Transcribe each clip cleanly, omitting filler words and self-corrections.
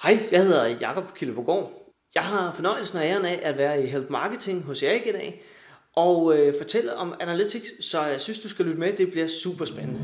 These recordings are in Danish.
Hej, jeg hedder Jakob Kildebogård. Jeg har fornøjelsen og æren af at være i Help Marketing hos Erik i dag og fortælle om Analytics, så jeg synes, du skal lytte med. Det bliver super spændende.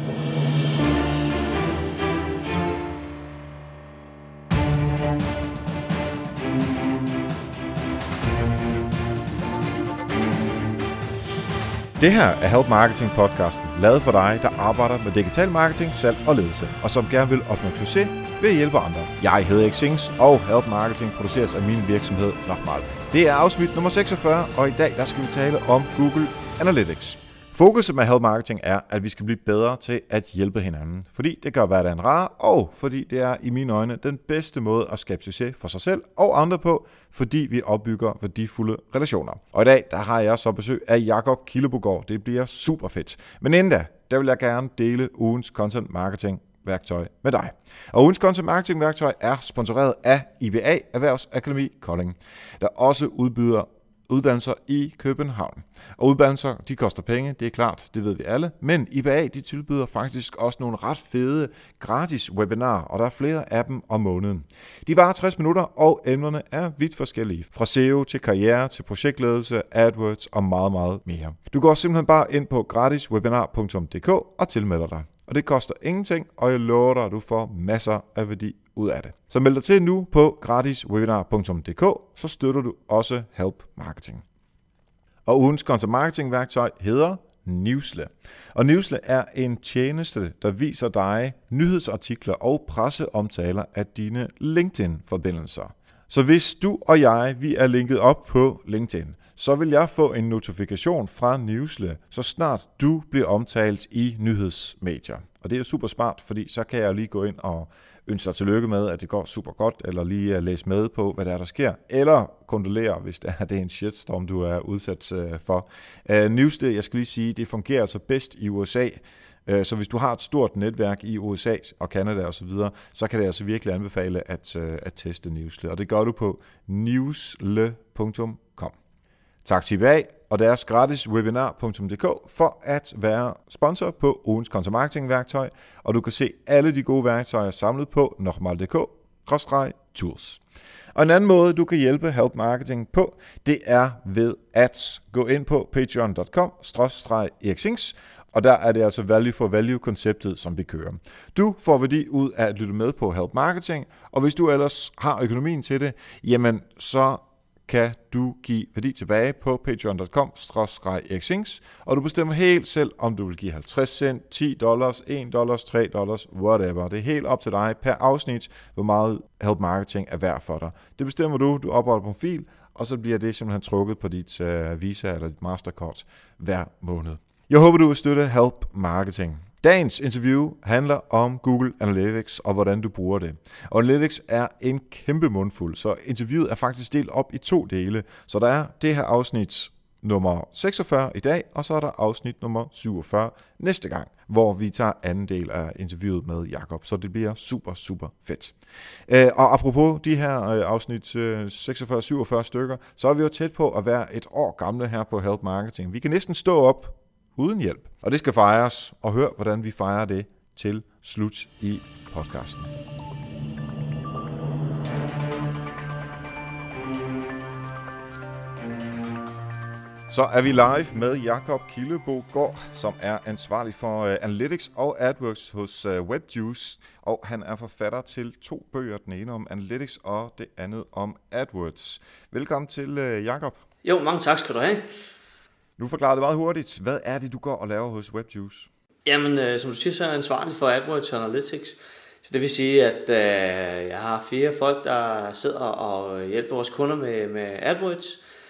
Det her er Help Marketing podcasten, lavet for dig, der arbejder med digital marketing, salg og ledelse, og som gerne vil opnå succes ved at hjælpe andre. Jeg hedder Erik Sings, og Help Marketing produceres af min virksomhed Nochmal. Det er afsnit nummer 46, og i dag der skal vi tale om Google Analytics. Fokuset med Help Marketing er, at vi skal blive bedre til at hjælpe hinanden, fordi det gør hverdagen rar, og fordi det er i mine øjne den bedste måde at skabe succes for sig selv og andre på, fordi vi opbygger værdifulde relationer. Og i dag der har jeg så besøg af Jakob Kildebogård. Det bliver super fedt. Men inden da, der vil jeg gerne dele ugens content marketing værktøj med dig. Og ugens content marketing værktøj er sponsoreret af IBA Erhvervsakademi Kolding, der også udbyder uddannelser i København. Og uddannelser, de koster penge, det er klart, det ved vi alle. Men IBA, de tilbyder faktisk også nogle ret fede gratis webinarer, og der er flere af dem om måneden. De varer 60 minutter, og emnerne er vidt forskellige. Fra SEO til karriere, til projektledelse, AdWords og meget, meget mere. Du går simpelthen bare ind på gratiswebinar.dk og tilmelder dig. Og det koster ingenting, og jeg lover dig, at du får masser af værdi ud af det. Så meld dig til nu på gratiswebinar.dk, så støtter du også Help Marketing. Og ugens content marketing værktøj hedder Newsle. Og Newsle er en tjeneste, der viser dig nyhedsartikler og presseomtaler af dine LinkedIn-forbindelser. Så hvis du og jeg, vi er linket op på LinkedIn, så vil jeg få en notifikation fra Newsle, så snart du bliver omtalt i nyhedsmedier. Og det er super smart, fordi så kan jeg lige gå ind og ønske dig tillykke med, at det går super godt, eller lige læse med på, hvad der sker, eller kondolere, hvis det er en shitstorm, du er udsat for. Newsle, jeg skal lige sige, det fungerer altså bedst i USA, så hvis du har et stort netværk i USA og Canada og så videre, så kan det altså virkelig anbefale at teste Newsle, og det gør du på newsle.com. Tak til IBA og deres gratiswebinar.dk for at være sponsor på ugens content marketing værktøj, og du kan se alle de gode værktøjer samlet på nochmal.dk/tools. Og en anden måde, du kan hjælpe Help Marketing på, det er ved at gå ind på patreon.com/eriksings, og der er det altså value for value-konceptet, som vi kører. Du får værdi ud af at lytte med på Help Marketing, og hvis du ellers har økonomien til det, jamen så kan du give værdi tilbage på patreon.com/eriksings, og du bestemmer helt selv, om du vil give 50 cent, $10, $1, $3, whatever. Det er helt op til dig per afsnit, hvor meget Help Marketing er værd for dig. Det bestemmer du opretter profil, og så bliver det simpelthen trukket på dit Visa eller dit Mastercard hver måned. Jeg håber, du vil støtte Help Marketing. Dagens interview handler om Google Analytics og hvordan du bruger det. Og Analytics er en kæmpe mundfuld, så interviewet er faktisk delt op i 2 dele. Så der er det her afsnit nummer 46 i dag, og så er der afsnit nummer 47 næste gang, hvor vi tager anden del af interviewet med Jakob. Så det bliver super, super fedt. Og apropos de her afsnit 46-47 stykker, så er vi jo tæt på at være et år gamle her på Help Marketing. Vi kan næsten stå op uden hjælp. Og det skal fejres, og hør, hvordan vi fejrer det til slut i podcasten. Så er vi live med Jakob Kildebogård, som er ansvarlig for Analytics og AdWords hos WebJuice. Og han er forfatter til 2 bøger, den ene om Analytics og det andet om AdWords. Velkommen til, Jakob. Jo, mange tak skal du have. Nu forklarer det meget hurtigt. Hvad er det, du går og laver hos WebJuice? Jamen, som du siger, så er jeg ansvarlig for AdWords og Analytics. Så det vil sige, at jeg har 4 folk, der sidder og hjælper vores kunder med AdWords.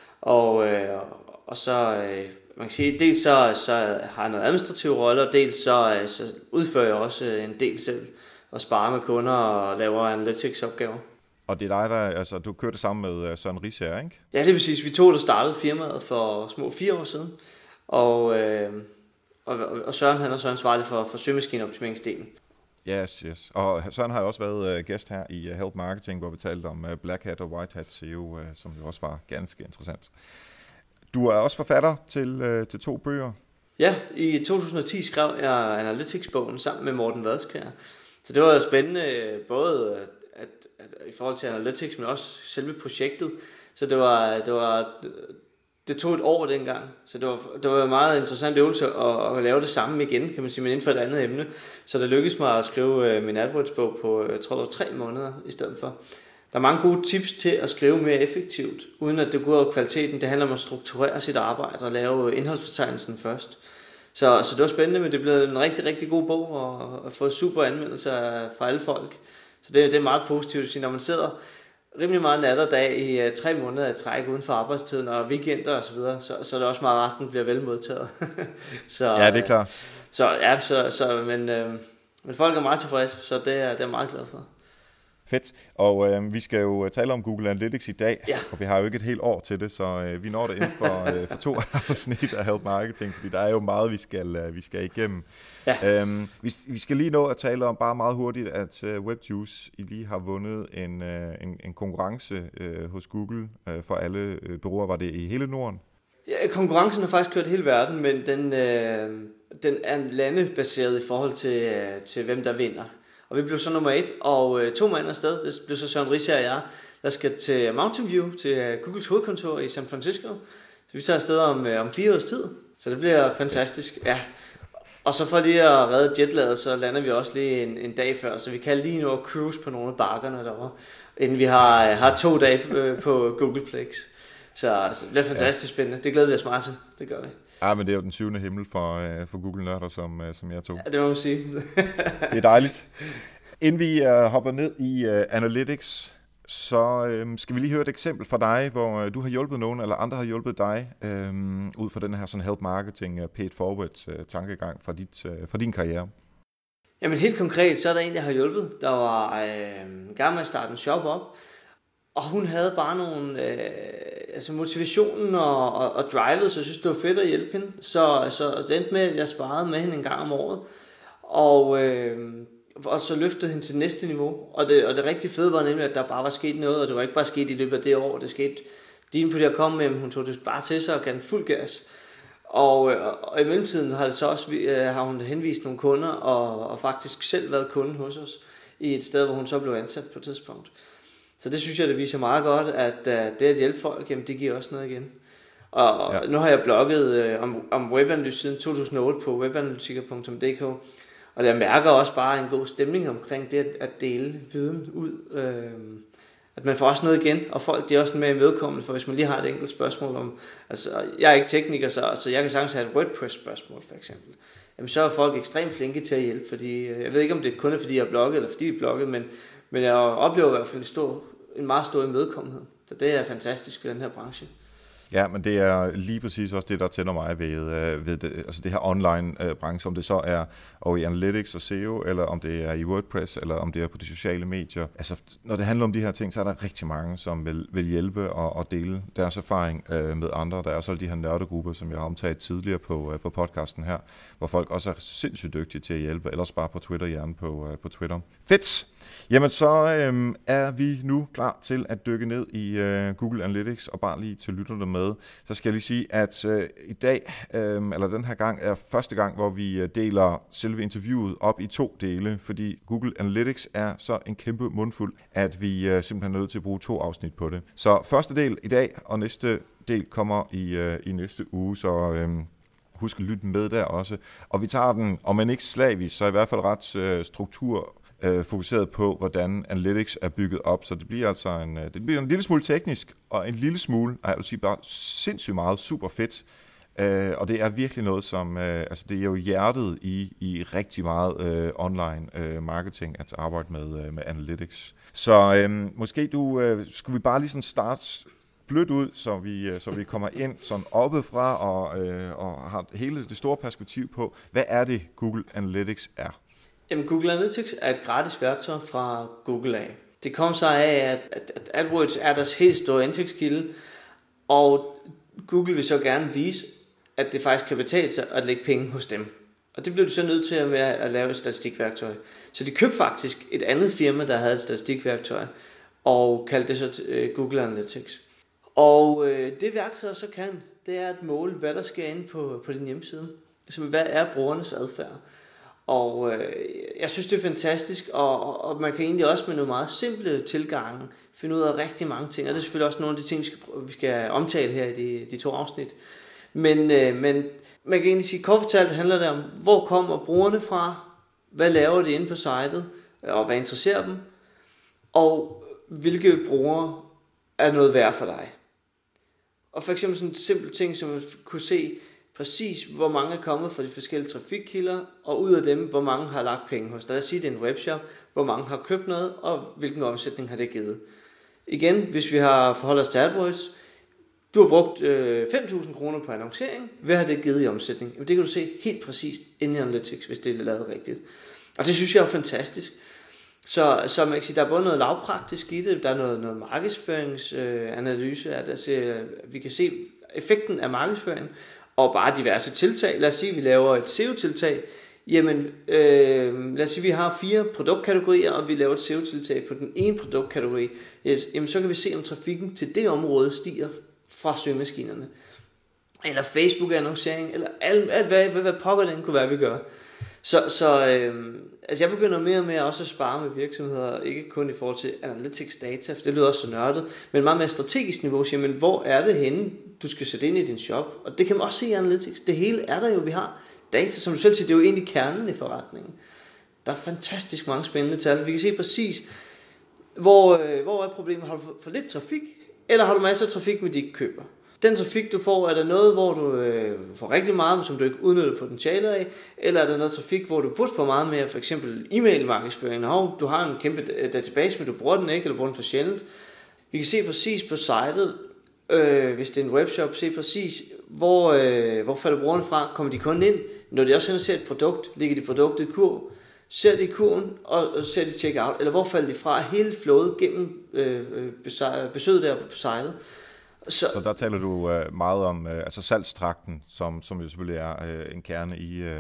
Og så, man kan sige, dels så har jeg noget administrativ rolle, og dels så udfører jeg også en del selv og sparer med kunder og laver Analytics-opgaver. Og det er dig, du kører det sammen med Søren Risager, ikke? Ja, det er præcis. Vi 2, der startede firmaet for små 4 år siden. Og Søren, han er så ansvarlig for søgemaskineoptimeringsdelen. Yes. Og Søren har jo også været gæst her i Help Marketing, hvor vi talte om Black Hat og White Hat SEO, som jo også var ganske interessant. Du er også forfatter til 2 bøger. Ja, i 2010 skrev jeg Analytics-bogen sammen med Morten Vadskjær. Så det var spændende både i forhold til Analytics, men også selve projektet. Så det tog et år dengang, så det var en meget interessant øvelse at lave det samme igen, kan man sige, men inden for et andet emne. Så det lykkedes mig at skrive min AdWords-bog på, jeg tror det var 3 måneder i stedet for. Der er mange gode tips til at skrive mere effektivt, uden at det går ud over kvaliteten. Det handler om at strukturere sit arbejde og lave indholdsfortegnelsen først. Så det var spændende, men det blev en rigtig, rigtig god bog og fået super anmeldelser fra alle folk. Så det er meget positivt, når man sidder rimelig meget nat og dag i 3 måneder at trække uden for arbejdstiden og weekender og så videre, så er det også meget rart, at den bliver vel modtaget. Ja, det er klart. Men folk er meget tilfredse, så det er jeg meget glad for. Fedt. Og vi skal jo tale om Google Analytics i dag, ja. Og vi har jo ikke et helt år til det, så vi når det inden for 2 afsnit af Help Marketing, fordi der er jo meget, vi skal igennem. Ja. Vi skal lige nå at tale om bare meget hurtigt, at WebJuice I lige har vundet en konkurrence hos Google for alle bureauer. Var det i hele Norden? Ja, konkurrencen har faktisk kørt hele verden, men den er landebaseret i forhold til hvem der vinder. Og vi blev så nummer 1, og 2 mand afsted. Det blev så Søren Risse og jeg, der skal til Mountain View, til Googles hovedkontor i San Francisco. Så vi tager afsted om 4 års tid. Så det bliver fantastisk, ja. Og så for lige at redde jetlaget, så lander vi også lige en dag før, så vi kan lige nå at cruise på nogle af bakkerne derovre, inden vi har 2 dage på Googleplex. Så det bliver fantastisk spændende. Det glæder vi os meget til. Det gør vi. Ja, men det er jo den 7. himmel for Google-nørder, som jeg tog. Ja, det må man sige. Det er dejligt. Inden vi hopper ned i Analytics, så skal vi lige høre et eksempel fra dig, hvor du har hjulpet nogen, eller andre har hjulpet dig, ud fra den her sådan Help Marketing paid forward tankegang fra din karriere. Jamen helt konkret, så er der en, der har hjulpet, der var gang med at starte en shop op, og hun havde bare nogle motivationen og drivet, så jeg synes, det var fedt at hjælpe hende. Så det endte med, at jeg sparede med hende en gang om året, og så løftede hende til næste niveau. Og det rigtig fede var nemlig, at der bare var sket noget, og det var ikke bare sket i løbet af det år, det skete din på det at komme med, hun tog det bare til sig og gav den fuld gas. Og i mellemtiden har det så også, har hun henvist nogle kunder, og faktisk selv været kunde hos os, i et sted, hvor hun så blev ansat på et tidspunkt. Så det synes jeg, det viser meget godt, at det at hjælpe folk, jamen det giver også noget igen. Og ja. Nu har jeg blogget om webanalyse siden 2008 på webanalytiker.dk, og jeg mærker også bare en god stemning omkring det at dele viden ud. At man får også noget igen, og folk de er også med imødekommende, for hvis man lige har et enkelt spørgsmål om, altså jeg er ikke tekniker, så jeg kan sagtens have et WordPress-spørgsmål for eksempel. Jamen så er folk ekstremt flinke til at hjælpe, fordi jeg ved ikke om det kun er fordi jeg er blogget, eller fordi jeg er blogget, men jeg oplever i hvert fald en meget stor imødekommenhed. Så det er fantastisk ved den her branche. Ja, men det er lige præcis også det, der tænder mig ved det, altså det her online branche, om det så er og i Analytics og SEO, eller om det er i WordPress, eller om det er på de sociale medier. Altså, når det handler om de her ting, så er der rigtig mange, som vil hjælpe og dele deres erfaring med andre. Der er også de her nørdegrupper, som jeg har omtalt tidligere på podcasten her, hvor folk også er sindssygt dygtige til at hjælpe, ellers bare på Twitter, gerne på Twitter. Fedt! Jamen, så er vi nu klar til at dykke ned i Google Analytics, og bare lige til lytterne med, så skal jeg lige sige, at i dag, eller den her gang, er første gang, hvor vi deler selve interviewet op i 2 dele, fordi Google Analytics er så en kæmpe mundfuld, at vi simpelthen er nødt til at bruge 2 afsnit på det. Så første del i dag, og næste del kommer i næste uge, så husk at lytte med der også. Og vi tager den, om man ikke slavisk, så i hvert fald ret fokuseret på, hvordan Analytics er bygget op, så det bliver altså en lille smule teknisk, og en lille smule, jeg vil sige bare sindssygt meget, super fedt, og det er virkelig noget, som, altså det er jo hjertet i rigtig meget online marketing, at arbejde med Analytics. Så måske skulle vi bare lige sådan starte blødt ud, så vi kommer ind sådan oppefra, og har hele det store perspektiv på, hvad er det Google Analytics er? Jamen, Google Analytics er et gratis værktøj fra Google af. Det kom sig af, at AdWords er deres helt store indtægtskilde, og Google vil så gerne vise, at det faktisk kan betale sig at lægge penge hos dem. Og det blev de så nødt til at lave et statistikværktøj. Så de købte faktisk et andet firma, der havde et statistikværktøj, og kaldte det så Google Analytics. Og det værktøj så kan, det er at måle, hvad der sker inde på din hjemmeside. Altså, hvad er brugernes adfærd? Og jeg synes, det er fantastisk, og man kan egentlig også med nogle meget simple tilgange finde ud af rigtig mange ting, og det er selvfølgelig også nogle af de ting, vi skal omtale her i de 2 afsnit. Men man kan egentlig sige, kort fortalt handler det om, hvor kommer brugerne fra, hvad laver de inde på sitet, og hvad interesserer dem, og hvilke brugere er noget værd for dig. Og for eksempel sådan en simpel ting, som man kunne se præcis, hvor mange er kommet fra de forskellige trafikkilder, og ud af dem, hvor mange har lagt penge hos dig. Lad os sige, det er en webshop, hvor mange har købt noget, og hvilken omsætning har det givet. Igen, hvis vi har forholdt os til AdWords, du har brugt 5.000 kroner på annoncering, hvad har det givet i omsætning? Jamen, det kan du se helt præcist inde i Analytics, hvis det er lavet rigtigt. Og det synes jeg er fantastisk. Så man kan sige, der er både noget lavpraktisk i det, der er noget markedsføringsanalyse, vi kan se effekten af markedsføring, og bare diverse tiltag. Lad os sige, at vi laver et SEO-tiltag. Jamen, lad os sige, at vi har 4 produktkategorier, og vi laver et SEO-tiltag på den ene produktkategori. Jamen, så kan vi se, om trafikken til det område stiger fra søgemaskinerne. Eller Facebook-annoncering, eller alt hvad pokker den kunne være, vi gør. Så jeg begynder mere og mere også at spare med virksomheder, ikke kun i forhold til analytics data, for det lyder også så nørdet, men meget mere strategisk niveau, siger, men hvor er det henne, du skal sætte ind i din shop? Og det kan man også se i analytics. Det hele er der jo, vi har data, som du selv siger, det er jo egentlig kernen i forretningen. Der er fantastisk mange spændende tal. Vi kan se præcis, hvor er problemet. Har du for lidt trafik, eller har du masser af trafik, men de ikke køber? Den trafik, du får, er der noget, hvor du får rigtig meget, men som du ikke udnytter potentialet af, eller er der noget trafik, hvor du burde få meget mere, for eksempel e-mail-markedsføring. Du har en kæmpe database, men du bruger den ikke, eller bruger den for sjældent. Vi kan se præcis på sitet, hvis det er en webshop, se præcis, hvor falder brugerne fra. Kommer de kun ind, når de også ser et produkt, ligger de produktet i kurv, ser de i kurven, og ser de check-out, eller hvor falder de fra hele flowet gennem besøget der på sitet. Så der taler du meget om altså salgstrakten, som jo selvfølgelig er en kerne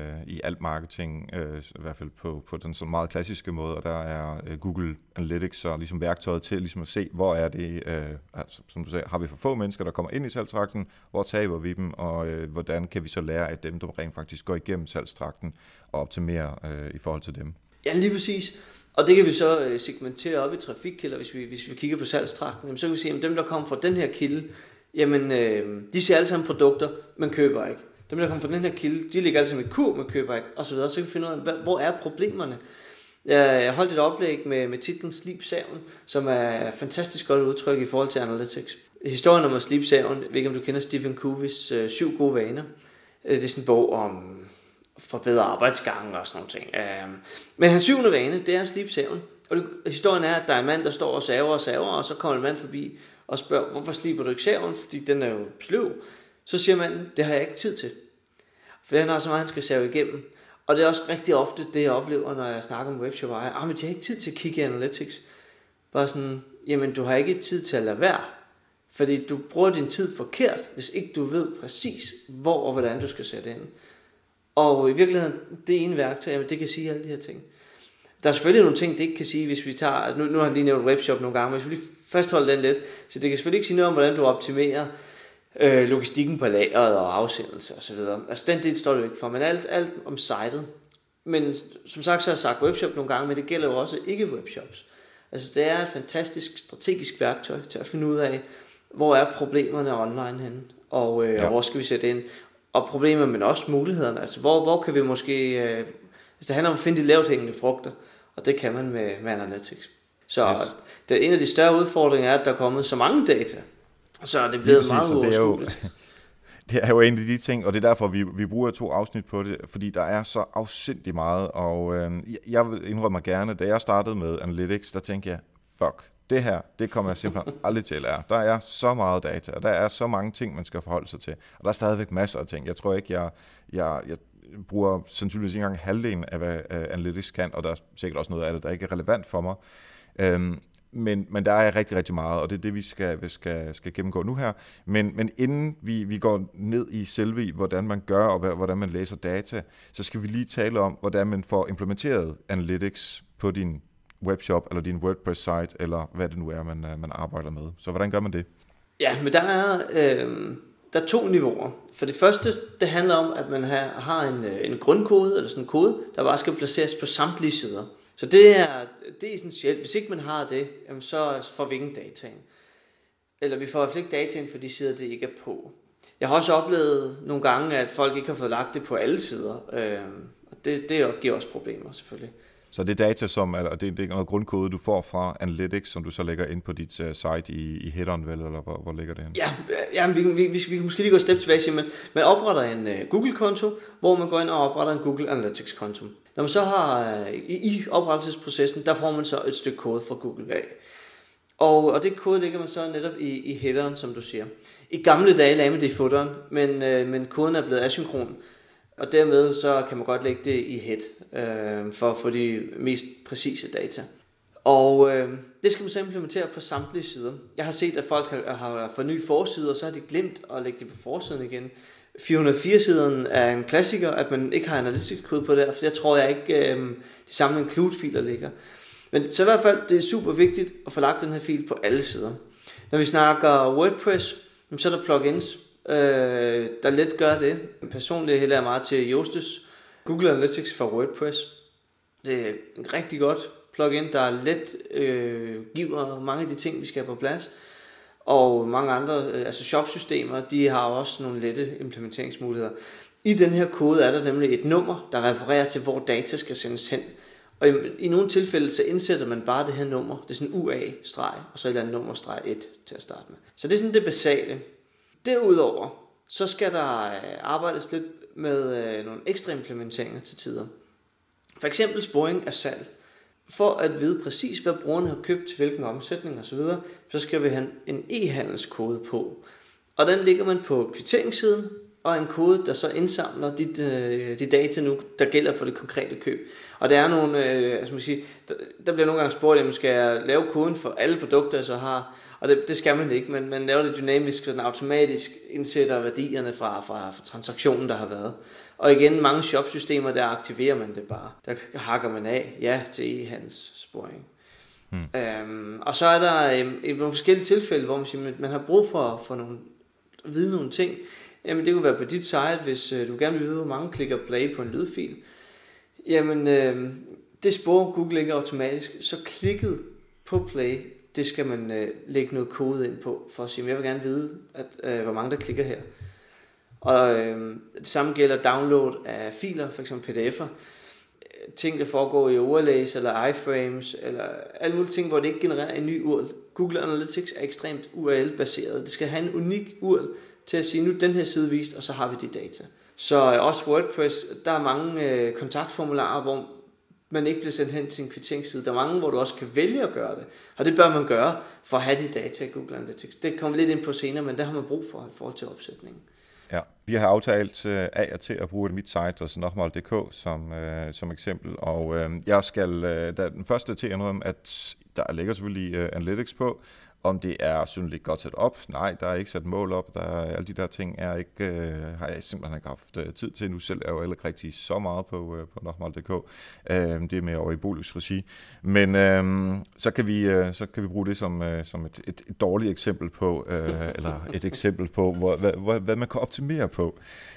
i alt marketing, i hvert fald på den sådan meget klassiske måde, og der er Google Analytics så ligesom værktøjet til ligesom at se, hvor er det, altså, som du sagde, har vi for få mennesker, der kommer ind i salgstrakten, hvor taber vi dem, og hvordan kan vi så lære af dem, der rent faktisk går igennem salgstrakten og optimere i forhold til dem? Ja, lige præcis. Og det kan vi så segmentere op i trafikkilder, hvis vi kigger på salgstrakten. Så kan vi se, at dem, der kommer fra den her kilde, jamen, de ser alle sammen produkter, men køber ikke. Dem, der kommer fra den her kilde, de ligger alle sammen i kur, men køber ikke, osv. Så kan vi finde ud af, hvor er problemerne. Jeg holdt et oplæg med titlen Slip Saven, som er et fantastisk godt udtryk i forhold til analytics. Historien om at slibe saven, jeg ved ikke, om du kender Stephen Coveys 7 gode vaner. Det er sådan en bog om forbedre arbejdsgange og sådan nogle ting. Men hans 7. vane, det er at slibe saven. Og historien er, at der er en mand, der står og saver, og så kommer en mand forbi og spørger, hvorfor sliber du ikke saven? Fordi den er jo sløv. Så siger manden, det har jeg ikke tid til. For han har så meget, han skal save igennem. Og det er også rigtig ofte det, jeg oplever, når jeg snakker med webshop-ejere. Men de har ikke tid til at kigge i analytics. Bare sådan, jamen du har ikke tid til at lade være. Fordi du bruger din tid forkert, hvis ikke du ved præcis, hvor og hvordan du skal sætte ind. Og i virkeligheden, det ene værktøj, det kan sige alle de her ting. Der er selvfølgelig nogle ting, det ikke kan sige, hvis vi tager, nu har jeg lige nævnt webshop nogle gange, men hvis vi lige fastholder den lidt, så det kan selvfølgelig ikke sige noget om, hvordan du optimerer logistikken på lageret og afsendelse osv. Altså den del står det jo ikke for, men alt om sitet. Men som sagt, så har jeg sagt webshop nogle gange, men det gælder jo også ikke webshops. Altså det er et fantastisk strategisk værktøj til at finde ud af, hvor er problemerne online henne, og hvor skal vi sætte ind. Og problemer, men også mulighederne. Altså, hvor kan vi måske... det handler om at finde de lavt hængende frugter, og det kan man med analytics. Så yes. En af de større udfordringer er, at der er kommet så mange data, så det er blevet meget uoverskueligt. Det er jo en af de ting, og det er derfor, vi bruger 2 afsnit på det, fordi der er så afsindigt meget, og jeg vil indrømme mig gerne, da jeg startede med analytics, der tænkte jeg, fuck, det her, det kommer jeg simpelthen aldrig til at lære. Der er så meget data, og der er så mange ting, man skal forholde sig til. Og der er stadigvæk masser af ting. Jeg tror ikke, jeg bruger sandsynligvis ikke engang halvdelen af, hvad Analytics kan, og der er sikkert også noget af det, der ikke er relevant for mig. Men der er rigtig, rigtig meget, og det er det, vi skal gennemgå nu her. Men inden vi går ned i selve, hvordan man gør, og hvordan man læser data, så skal vi lige tale om, hvordan man får implementeret Analytics på din webshop, eller din WordPress-site, eller hvad det nu er, man arbejder med. Så hvordan gør man det? Ja, men der er Der er 2 niveauer. For det første, det handler om, at man har en grundkode, eller sådan en kode, der bare skal placeres på samtlige sider. Så det er essentielt. Hvis ikke man har det, jamen så får vi ingen data ind. Eller vi får i hvert fald ikke data ind for de sider, det ikke er på. Jeg har også oplevet nogle gange, at folk ikke har fået lagt det på alle sider. Og det giver også problemer, selvfølgelig. Så det er data, eller det er noget grundkode, du får fra Analytics, som du så lægger ind på dit site i headeren, vel, eller hvor ligger det hen? Ja, vi kan måske lige gå et step tilbage og sige, man opretter en Google-konto, hvor man går ind og opretter en Google Analytics-konto. Når man så har i oprettelsesprocessen, der får man så et stykke kode fra Google af. Og det kode ligger man så netop i headeren, som du siger. I gamle dage lagde man det i footeren, men koden er blevet asynkron. Og dermed så kan man godt lægge det i head, for at få de mest præcise data. Og det skal man så implementere på samtlige sider. Jeg har set, at folk har fået nye forsider, og så har de glemt at lægge det på forsiden igen. 404-siden er en klassiker, at man ikke har analytics-kode på der, for der tror jeg ikke, de samme include-filer ligger. Men så i hvert fald, det er super vigtigt at få lagt den her fil på alle sider. Når vi snakker WordPress, så er der plugins, der let gør det. Personligt hælder jeg meget til Yoastes Google Analytics for WordPress. Det er en rigtig godt plugin, der let giver mange af de ting, vi skal have på plads. Og mange andre, altså shopsystemer, de har også nogle lette implementeringsmuligheder. I den her kode er der nemlig et nummer, der refererer til, hvor data skal sendes hen. Og i nogle tilfælde, så indsætter man bare det her nummer. Det er sådan en UA-streg, og så et eller andet nummer-streg 1 til at starte med. Så det er sådan det basale. Derudover, så skal der arbejdes lidt med nogle ekstra implementeringer til tider. For eksempel sporing af salg. For at vide præcis, hvad brugerne har købt til hvilken omsætning osv., så skal vi have en e-handelskode på. Og den ligger man på kvitteringssiden, og en kode, der så indsamler de data nu, der gælder for det konkrete køb. Og der er nogle, der bliver nogle gange spurgt, at man skal lave koden for alle produkter, jeg så har. Og det skal man ikke, men man laver det dynamisk, så den automatisk indsætter værdierne fra transaktionen, der har været. Og igen, mange shopsystemer, der aktiverer man det bare. Der hakker man af, ja, til e-handelssporing. Og så er der i nogle forskellige tilfælde, hvor man siger, at man har brug for at vide nogle ting. Jamen det kunne være på dit site, hvis du gerne vil vide, hvor mange klikker play på en lydfil. Jamen det sporer Google ikke automatisk, så klikket på play, det skal man lægge noget kode ind på, for at sige, at jeg vil gerne vide, hvor mange der klikker her. Og det samme gælder download af filer, f.eks. pdf'er. Ting, der foregår i overlays eller iframes, eller alle mulige ting, hvor det ikke genererer en ny URL. Google Analytics er ekstremt URL-baseret. Det skal have en unik URL til at sige, nu den her side vist, og så har vi de data. Så også WordPress, der er mange kontaktformularer, hvor man ikke bliver sendt hen til en kvitteringsside. Der er mange, hvor du også kan vælge at gøre det. Og det bør man gøre for at have de data i Google Analytics. Det kommer lidt ind på senere, men det har man brug for i forhold til opsætningen. Ja, vi har aftalt af og til at bruge mit site, altså nokmal.dk som eksempel, og jeg skal da den første til at om, at der ligger selvfølgelig Analytics på. Om det er synligt godt sat op? Nej, der er ikke sat mål op. Alle de der ting har jeg simpelthen ikke haft tid til. Nu selv er jo ikke rigtig så meget på nokmal.dk. Det er mere over i Bolus regi. Men så kan vi bruge det som et dårligt eksempel på, eller et eksempel på, hvad man kan optimere på,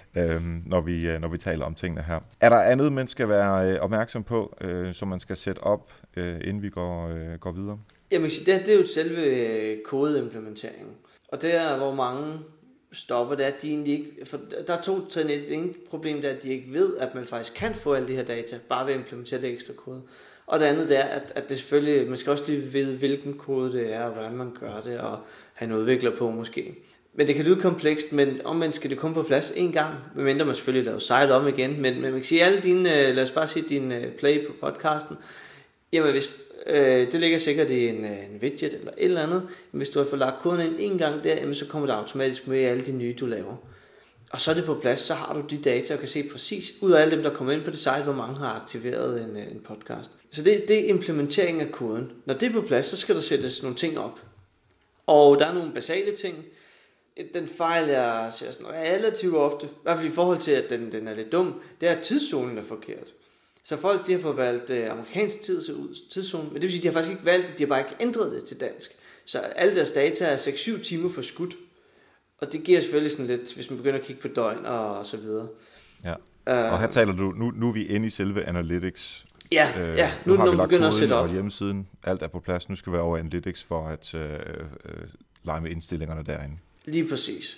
når vi taler om tingene her. Er der andet, man skal være opmærksom på, som man skal sætte op, inden vi går videre? Jamen, det er jo selve kodeimplementeringen. Og det er, hvor mange stopper, det er, at de egentlig ikke... For der er 2 trin. Det ene problem, det er, at de ikke ved, at man faktisk kan få alle de her data, bare ved at implementere det ekstra kode. Og det andet, det er, at det selvfølgelig... Man skal også lige vide, hvilken kode det er, og hvordan man gør det, og have en udvikler på måske. Men det kan lyde komplekst, men omvendt skal det komme på plads en gang, medmindre man selvfølgelig laver site om igen. Men man kan sige, alle dine... Lad os bare sige din play på podcasten. Jamen, hvis... det ligger sikkert i en widget eller et eller andet. Men hvis du har fået lagt koden ind en gang der, jamen, så kommer det automatisk med i alle de nye, du laver. Og så er det på plads, så har du de data og kan se præcis ud af alle dem, der kommer ind på det site, hvor mange har aktiveret en podcast. Så det er implementering af koden. Når det er på plads, så skal der sættes nogle ting op. Og der er nogle basale ting. Den fejl, jeg ser sådan relativt ofte, i hvert fald i forhold til, at den er lidt dum, det er, at tidszonen er forkert. Så folk, de har fået valgt amerikansk tidszone, men det vil sige, de har faktisk ikke valgt det, de har bare ikke ændret det til dansk. Så alle deres data er 6-7 timer forskudt. Og det giver selvfølgelig sådan lidt, hvis man begynder at kigge på døgn og så videre. Ja. Og her taler du, nu er vi inde i selve Analytics. Ja, nu når man begynder at sætte op. Og hjemmesiden, alt er på plads. Nu skal vi over i Analytics for at lege med indstillingerne derinde. Lige præcis.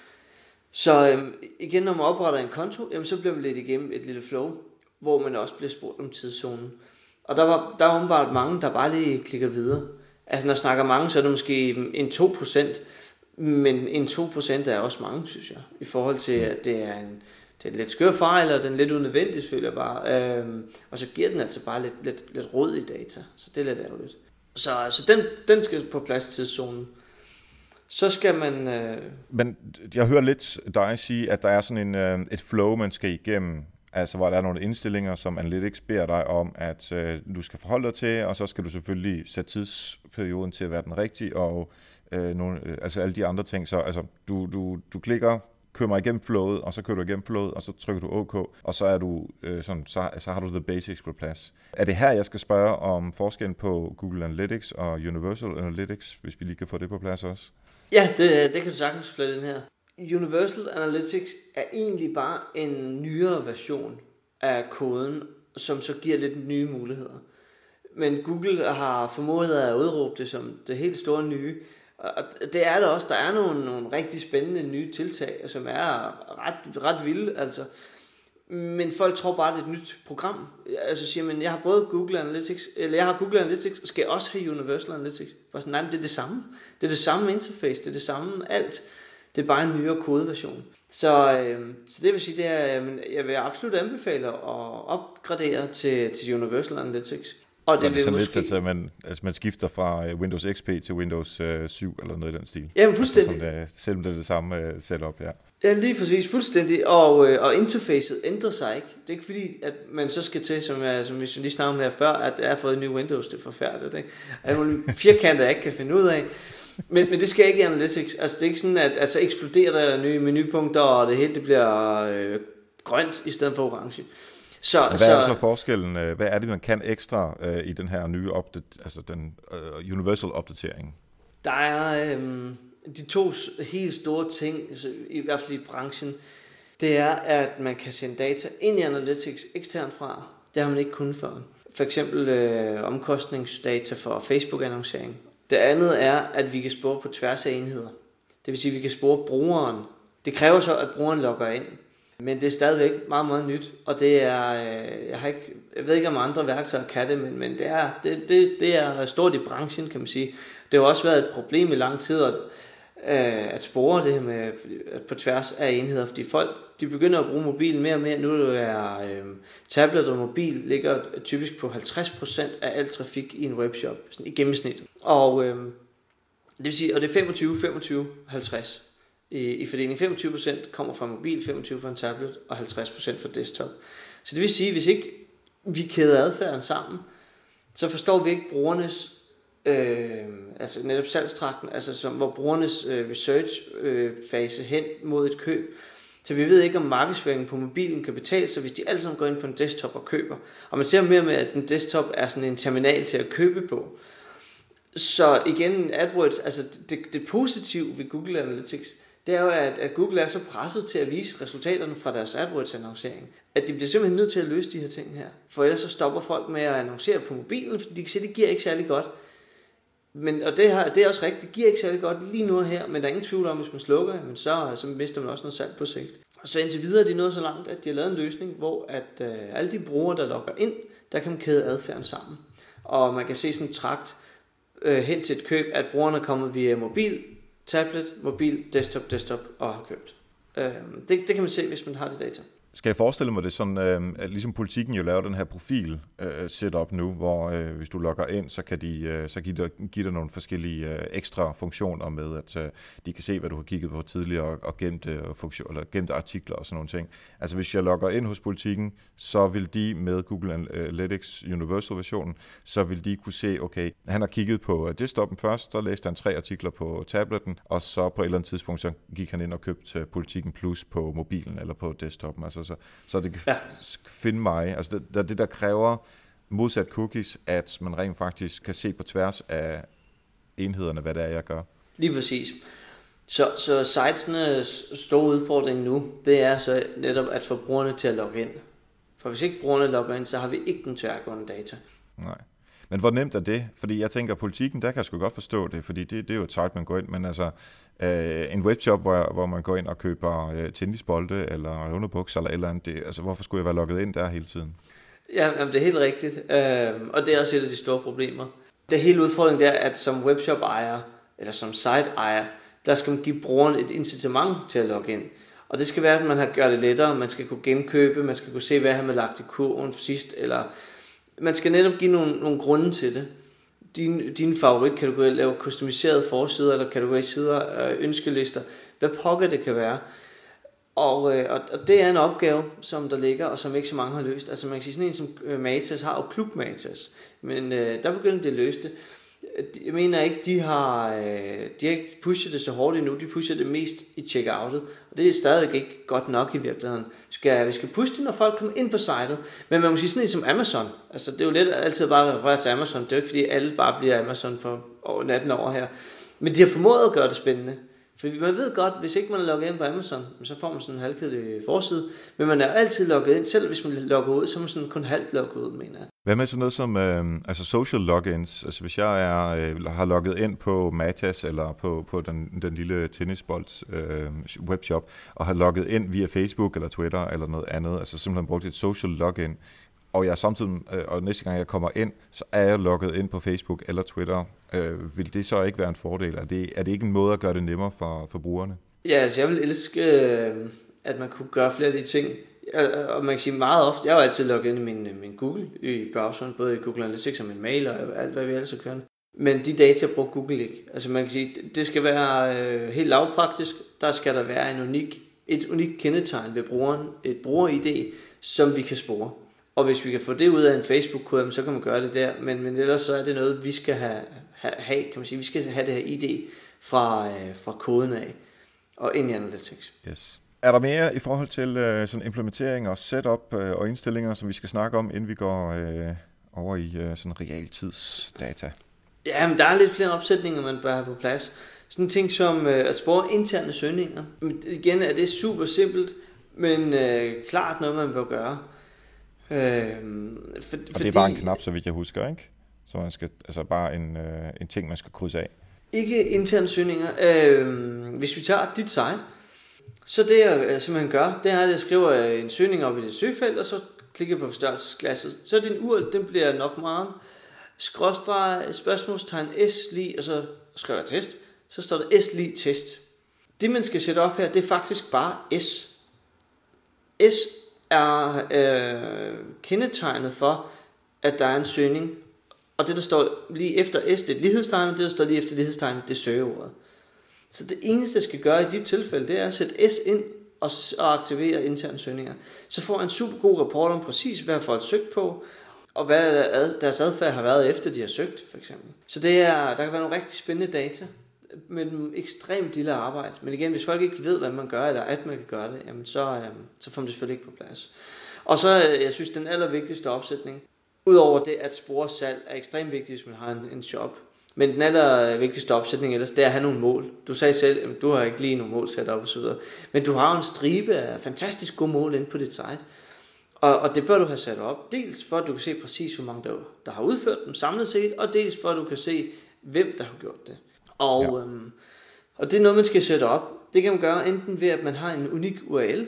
Så igen, når man opretter en konto, jamen, så bliver man lidt igennem et lille flow, hvor man også bliver spurgt om tidszonen. Og der var åbenbart mange, der bare lige klikker videre. Altså når jeg snakker mange, så er det måske en 2%, men en 2% er også mange, synes jeg, i forhold til, at det er en lidt skør fejl, og den er lidt unødvendig, føler jeg bare. Og så giver den altså bare lidt rød i data, så det er lidt ærgerligt. Så den skal på plads i tidszonen. Så skal man... Men jeg hører lidt dig sige, at der er sådan et flow, man skal igennem. Altså hvor der er nogle indstillinger, som Analytics beder dig om, at du skal forholde dig til, og så skal du selvfølgelig sætte tidsperioden til at være den rigtige, og altså alle de andre ting. Så altså, du klikker, kører mig igennem flowet, og så kører du igennem flowet, og så trykker du OK, og så er du så har du the basics på plads. Er det her, jeg skal spørge om forskellen på Google Analytics og Universal Analytics, hvis vi lige kan få det på plads også? Ja, det kan du sagtens flytte ind her. Universal Analytics er egentlig bare en nyere version af koden, som så giver lidt nye muligheder. Men Google har formået at udråbe det som det helt store nye. Og det er der også. Der er nogle rigtig spændende nye tiltag, som er ret vilde. Altså. Men folk tror bare, det er et nyt program. Altså siger man, jeg har både Google Analytics, eller jeg har Google Analytics, og skal jeg også have Universal Analytics? Bare sådan, nej, men det er det samme. Det er det samme interface, det er det samme alt. Det er bare en nyere kodeversion. Så det vil sige, det er, jeg vil absolut anbefale at opgradere til Universal Analytics. Og det er sådan måske... lidt, at man skifter fra Windows XP til Windows 7 eller noget i den stil. Jamen fuldstændig. Altså, selvom det er det samme setup, ja. Ja, lige præcis, fuldstændig. Og interfacet ændrer sig ikke. Det er ikke fordi, at man så skal til, som vi lige snakkede om her før, at jeg har fået en ny Windows, det er forfærdeligt. Ikke? At nogle firkanter, jeg ikke kan finde ud af. Men det skal ikke i Analytics. Altså det er ikke sådan, at så eksploderer der nye menupunkter, og det hele det bliver grønt i stedet for orange. Hvad er så forskellen? Hvad er det, man kan ekstra i den her nye den universal opdatering? Der er de to helt store ting, i hvert fald i branchen, det er, at man kan sende data ind i Analytics eksternt fra. Det har man ikke kunnet før. For eksempel omkostningsdata for Facebook-annoncering. Det andet er, at vi kan spore på tværs af enheder. Det vil sige, at vi kan spore brugeren. Det kræver så, at brugeren logger ind. Men det er stadigvæk meget, meget nyt, og det er, jeg ved ikke om andre værktøjer kan det, men det er stort i branchen, kan man sige. Det har også været et problem i lang tid at spore det her med på tværs af enheder, fordi folk de begynder at bruge mobilen mere og mere. Nu er tablet og mobil ligger typisk på 50% af al trafik i en webshop, sådan i gennemsnit. Og det vil sige, og det er 25-50. I fordeling 25% kommer fra mobil, 25% fra en tablet og 50% fra desktop. Så det vil sige, at hvis ikke vi kæder adfærden sammen, så forstår vi ikke brugernes, altså netop salgstrakten, altså hvor brugernes research-fase hen mod et køb. Så vi ved ikke, om markedsføringen på mobilen kan betale sig, hvis de alle sammen går ind på en desktop og køber. Og man ser mere med, at en desktop er sådan en terminal til at købe på. Så igen, AdWords, altså det positive ved Google Analytics, det er jo, at Google er så presset til at vise resultaterne fra deres AdWords-annoncering, at de bliver simpelthen nødt til at løse de her ting her. For ellers så stopper folk med at annoncere på mobilen, fordi de kan se, at det giver ikke særlig godt. Og det er også rigtigt, det giver ikke særlig godt lige nu her, men der er ingen tvivl om, hvis man slukker, men så mister man også noget salg på sigt. Og så indtil videre er de nået så langt, at de har lavet en løsning, hvor at alle de brugere, der logger ind, der kan man kæde adfærden sammen. Og man kan se sådan trakt hen til et køb, at brugerne er kommet via mobil, tablet, mobil, desktop og har købt. Det kan man se, hvis man har det data. Skal jeg forestille mig det sådan, at ligesom Politikken jo laver den her profil setup nu, hvor hvis du logger ind, så kan de give dig nogle forskellige ekstra funktioner med, at de kan se, hvad du har kigget på tidligere og gemte artikler og sådan nogle ting. Altså hvis jeg logger ind hos Politikken, så vil de med Google Analytics Universal versionen, så vil de kunne se, okay, han har kigget på desktopen først, så læste han 3 artikler på tabletten, og så på et eller andet tidspunkt, så gik han ind og købte Politikken Plus på mobilen eller på desktopen. Altså så det kan finde mig. Altså det der kræver modsat cookies, at man rent faktisk kan se på tværs af enhederne, hvad det er, jeg gør. Lige præcis. Så sitesenes store udfordring nu, det er så netop at få brugerne til at logge ind. For hvis ikke brugerne logger ind, så har vi ikke den tværgående data. Nej. Men hvor nemt er det? Fordi jeg tænker, politikken, der kan jeg sgu godt forstå det, fordi det er jo et site, man går ind, men altså en webshop, hvor man går ind og køber tennisbolde eller underbukser eller et eller andet, altså hvorfor skulle jeg være logget ind der hele tiden? Ja, det er helt rigtigt, og det er også et af de store problemer. Det hele udfordring er, at som webshop-ejer, eller som site-ejer, der skal man give brugeren et incitament til at logge ind. Og det skal være, at man har gjort det lettere, man skal kunne genkøbe, man skal kunne se, hvad han har lagt i kurven sidst, eller man skal netop give nogle grunde til det. Din favoritkategori, lave customiserede forsider eller kategorisider, ønskelister, hvad pokker det kan være. Og det er en opgave, som der ligger, og som ikke så mange har løst. Altså man kan sige, sådan en som Matas har jo Klub Matas, men der begynder de at løse det. Jeg mener ikke, de har ikke pushet det så hårdt endnu, de pusher det mest i checkoutet, og det er stadig ikke godt nok i virkeligheden. Vi skal pushe det, når folk kommer ind på sitet, men man må sige sådan en som Amazon, altså det er jo let altid bare at referere til Amazon, det er jo ikke fordi alle bare bliver Amazon på natten over her, men de har formået at gøre det spændende. For man ved godt, hvis ikke man er logget ind på Amazon, så får man sådan en halvkedelig forside, men man er altid logget ind, selv hvis man logger ud, så er man sådan kun halvt logget ud, mener jeg. Hvad med sådan noget som altså social logins? Altså hvis jeg har logget ind på Matas eller på den lille tennisbolds webshop, og har logget ind via Facebook eller Twitter eller noget andet, altså simpelthen brugt et social login, og jeg samtidig, og næste gang jeg kommer ind, så er jeg logget ind på Facebook eller Twitter. Vil det så ikke være en fordel? Er det ikke en måde at gøre det nemmere for brugerne? Ja, altså jeg vil elske, at man kunne gøre flere af de ting. Og man kan sige meget ofte, jeg har jo altid logget ind i min Google i browseren, både i Google Analytics og min mail og alt, hvad vi ellers kører. Men de data bruger Google ikke. Altså man kan sige, det skal være helt lavpraktisk. Der skal der være et unikt kendetegn ved brugeren, et bruger-ID, som vi kan spore. Og hvis vi kan få det ud af en Facebook-kode, så kan man gøre det der. Men ellers så er det noget, vi skal have kan man sige. Vi skal have det her ID fra koden af og ind i Analytics. Yes. Er der mere i forhold til sådan implementering og setup og indstillinger, som vi skal snakke om, inden vi går over i sådan realtidsdata? Ja, men der er lidt flere opsætninger, man bør have på plads. Sådan en ting som at spore interne søgninger. Igen er det super simpelt, men klart noget, man bør gøre. Og det er bare en knap, så vidt jeg husker, ikke? Så man skal, altså bare en ting, man skal krydse af. Ikke interne søgninger. Hvis vi tager dit site, så det jeg simpelthen gør, det er, at jeg skriver en søgning op i det søgefelt, og så klikker på forstørrelsesglasset. Så din URL, den bliver nok meget skråstreg, spørgsmålstegn, s-lig, og så skriver jeg test. Så står der s-lig test. Det man skal sætte op her, det er faktisk bare s. S er kendetegnet for, at der er en søgning, og det der står lige efter s, det er et lighedstegn, og det der står lige efter lighedstegn, det er søgeordet. Så det eneste, jeg skal gøre i dit tilfælde, det er at sætte s ind og aktivere interne søgninger. Så får jeg en super god rapport om præcis, hvad folk har søgt på, og hvad deres adfærd har været efter, de har søgt, for eksempel. Så der kan være nogle rigtig spændende data med en ekstremt lille arbejde. Men igen, hvis folk ikke ved, hvad man gør, eller at man kan gøre det, jamen så får man det selvfølgelig ikke på plads. Og så, jeg synes, den allervigtigste opsætning, udover det, at spore salg er ekstremt vigtigt, hvis man har en shop. Men den allervigtigste opsætning ellers, det er at have nogle mål. Du sagde selv, at du har ikke lige nogle mål sat op og så videre. Men du har en stribe af fantastisk gode mål inde på dit site. Og det bør du have sat op. Dels for, at du kan se præcis, hvor mange der har udført dem samlet set, og dels for, at du kan se, hvem der har gjort det. Og det er noget, man skal sætte op. Det kan man gøre enten ved, at man har en unik URL.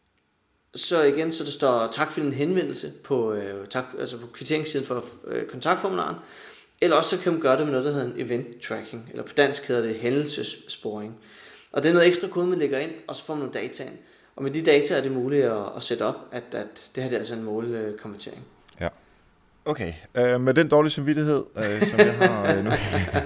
Så igen, så der står tak for din henvendelse på kvitteringssiden for kontaktformularen. Eller også så kan man gøre det med noget, der hedder en event tracking. Eller på dansk hedder det hændelsessporing. Og det er noget ekstra kode, man lægger ind, og så får man nogle data ind. Og med de data er det muligt at sætte op, at det her er altså en målkonvertering. Ja. Okay, med den dårlige samvittighed, som jeg har nu.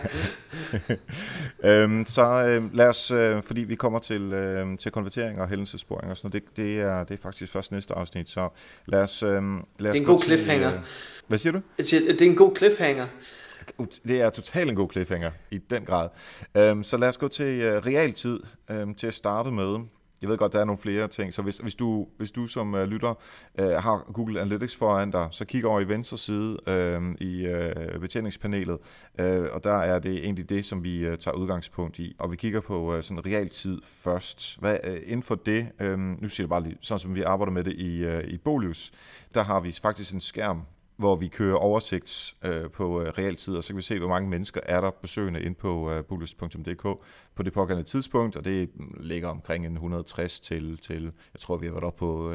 Så lad os, fordi vi kommer til konvertering og hændelsessporing og sådan noget, det er faktisk først næste afsnit, så lad os det er en god cliffhanger. Hvad siger du? Det er en god cliffhanger. Det er totalt en god cliffhanger, i den grad. Så lad os gå til realtid til at starte med. Jeg ved godt, der er nogle flere ting, så hvis du som lytter har Google Analytics foran dig, så kig over i venstre side i betjeningspanelet, og der er det egentlig det, som vi tager udgangspunkt i, og vi kigger på sådan realtid først. Inden for det, nu siger jeg bare lige, sådan som vi arbejder med det i Bolius, der har vi faktisk en skærm, hvor vi kører oversigt på realtid, og så kan vi se, hvor mange mennesker er der besøgende inde på bolius.dk på det pågældende tidspunkt, og det ligger omkring 160 til jeg tror, vi har været oppe på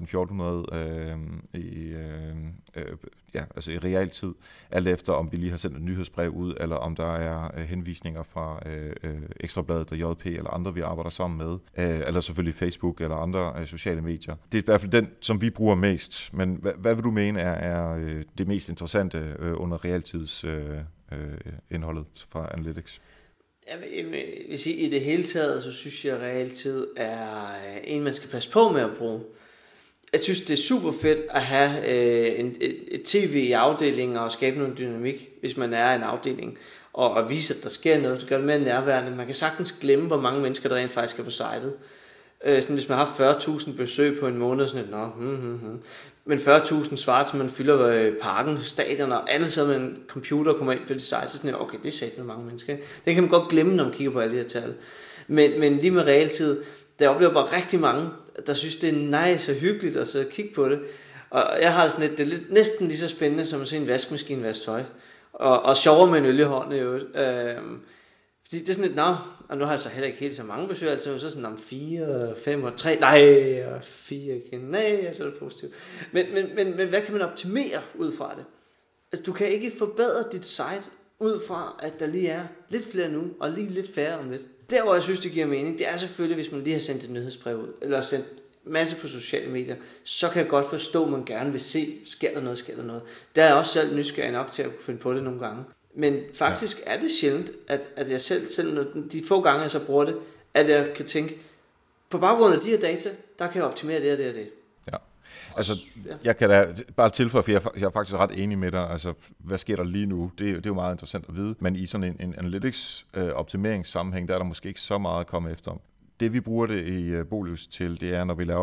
1300-1400 i realtid, alt efter om vi lige har sendt et nyhedsbrev ud, eller om der er henvisninger fra Ekstrabladet og JP eller andre, vi arbejder sammen med, eller selvfølgelig Facebook eller andre sociale medier. Det er i hvert fald den, som vi bruger mest, men hvad vil du mene er det mest interessante under realtidsindholdet fra Analytics? Jeg vil sige, i det hele taget, så synes jeg, at realtid er en, man skal passe på med at bruge. Jeg synes, det er super fedt at have et tv i afdelingen og skabe noget dynamik, hvis man er en afdeling, og vise, at der sker noget, så gør det mere nærværende. Man kan sagtens glemme, hvor mange mennesker, der rent faktisk er på sitet. Sådan, hvis man har 40.000 besøg på en måned, sådan men 40.000 svarer til, man fylder parken, stadion, og alle sidder med en computer og kommer ind på de sites, så sådan, okay, det er sæt med mange mennesker. Det kan man godt glemme, når man kigger på alle de her tal. Men lige med realtid, der oplever bare rigtig mange, der synes, det er nice og hyggeligt at sidde og kigge på det. Og jeg har sådan det er lidt, næsten lige så spændende, som at se en vaskemaskine vaske tøj. Og sjovere med en øl i hånden i øvrigt. Fordi det er sådan lidt, og nu har jeg så heller ikke helt så mange besøg, altså så sådan om 4, 5 og 3, og 4 igen, så er det positivt. Men hvad kan man optimere ud fra det? Altså du kan ikke forbedre dit site ud fra, at der lige er lidt flere nu, og lige lidt færre om lidt. Der hvor jeg synes, det giver mening, det er selvfølgelig, hvis man lige har sendt et nyhedsbrev ud, eller sendt masse på sociale medier, så kan jeg godt forstå, at man gerne vil se, sker der noget. Der er jeg også selv nysgerrig nok til at kunne finde på det nogle gange. Men faktisk er det sjældent, at jeg selv de få gange, jeg så bruger det, at jeg kan tænke, på baggrund af de her data, der kan jeg optimere det og det og det. Ja, altså jeg kan da bare tilføje, for jeg er faktisk ret enig med dig, altså hvad sker der lige nu, det er jo meget interessant at vide, men i sådan en analytics optimeringssammenhæng, der er der måske ikke så meget at komme efter. Det vi bruger det i Bolius til, det er, når vi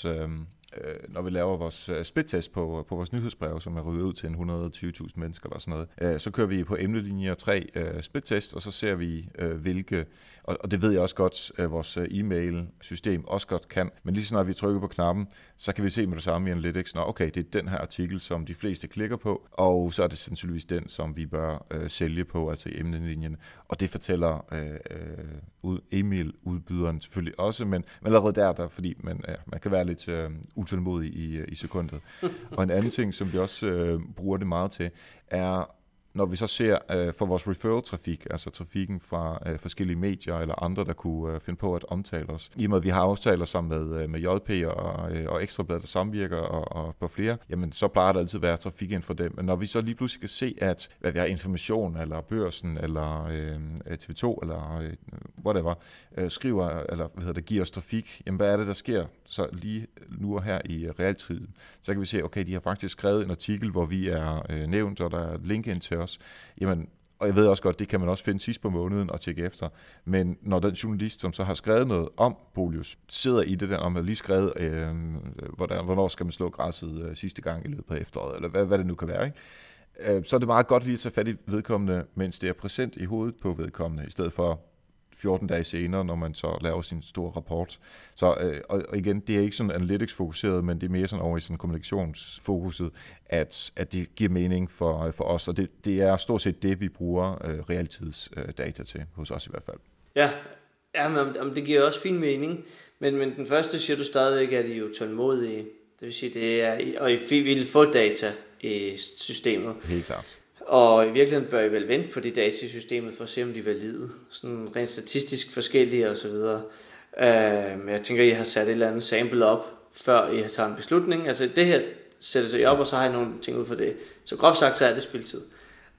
laver vores splittest på vores nyhedsbrev, som er ryddet ud til 120.000 mennesker eller sådan noget, så kører vi på emnelinjer 3 splittest, og så ser vi hvilke, og det ved jeg også godt, vores e-mail-system også godt kan, men lige så når vi trykker på knappen, så kan vi se med det samme i Analytics, okay, det er den her artikel, som de fleste klikker på, og så er det sandsynligvis den, som vi bør sælge på, altså i emnelinjen, og det fortæller e-mail-udbyderen selvfølgelig også, men allerede der fordi man kan være lidt utålmodig i sekundet. Og en anden ting, som vi også bruger det meget til, er, når vi så ser for vores referral-trafik, altså trafikken fra forskellige medier eller andre, der kunne finde på at omtale os. I og med, at vi har aftaler sammen med JP og Ekstrabladet, der samvirker og på flere, jamen så plejer der altid at være trafik ind for dem. Men når vi så lige pludselig kan se, at hvad vi har Information, eller Børsen, eller TV2, eller whatever, skriver, eller giver os trafik, jamen hvad er det, der sker så lige nu og her i realtid? Så kan vi se, okay, de har faktisk skrevet en artikel, hvor vi er nævnt, og der er link ind til os. Jamen, og jeg ved også godt, det kan man også finde sidst på måneden og tjekke efter. Men når den journalist, som så har skrevet noget om Bolius, sidder i det der, om man lige skrevet, hvornår skal man slå græsset sidste gang i løbet af efteråret, eller hvad det nu kan være, ikke? Så er det meget godt lige at tage fat i vedkommende, mens det er præsent i hovedet på vedkommende, i stedet for 14 dage senere, når man så laver sin store rapport. Så, og igen, det er ikke sådan analytics-fokuseret, men det er mere sådan over i sådan kommunikationsfokuset, at det giver mening for os, og det er stort set det, vi bruger realtidsdata til, hos os i hvert fald. Ja, men det giver også fin mening, men den første siger du stadigvæk, at I er jo tålmodige. Det vil sige, det er, og I vil få data i systemet. Helt klart. Og i virkeligheden bør I vel vente på de data i systemet for at se, om de er valide. Sådan rent statistisk forskellige og så videre. Jeg tænker, I har sat et eller andet sample op, før I har taget en beslutning. Altså det her sætter sig op, og så har I nogle ting ud for det. Så groft sagt, så er det spildtid.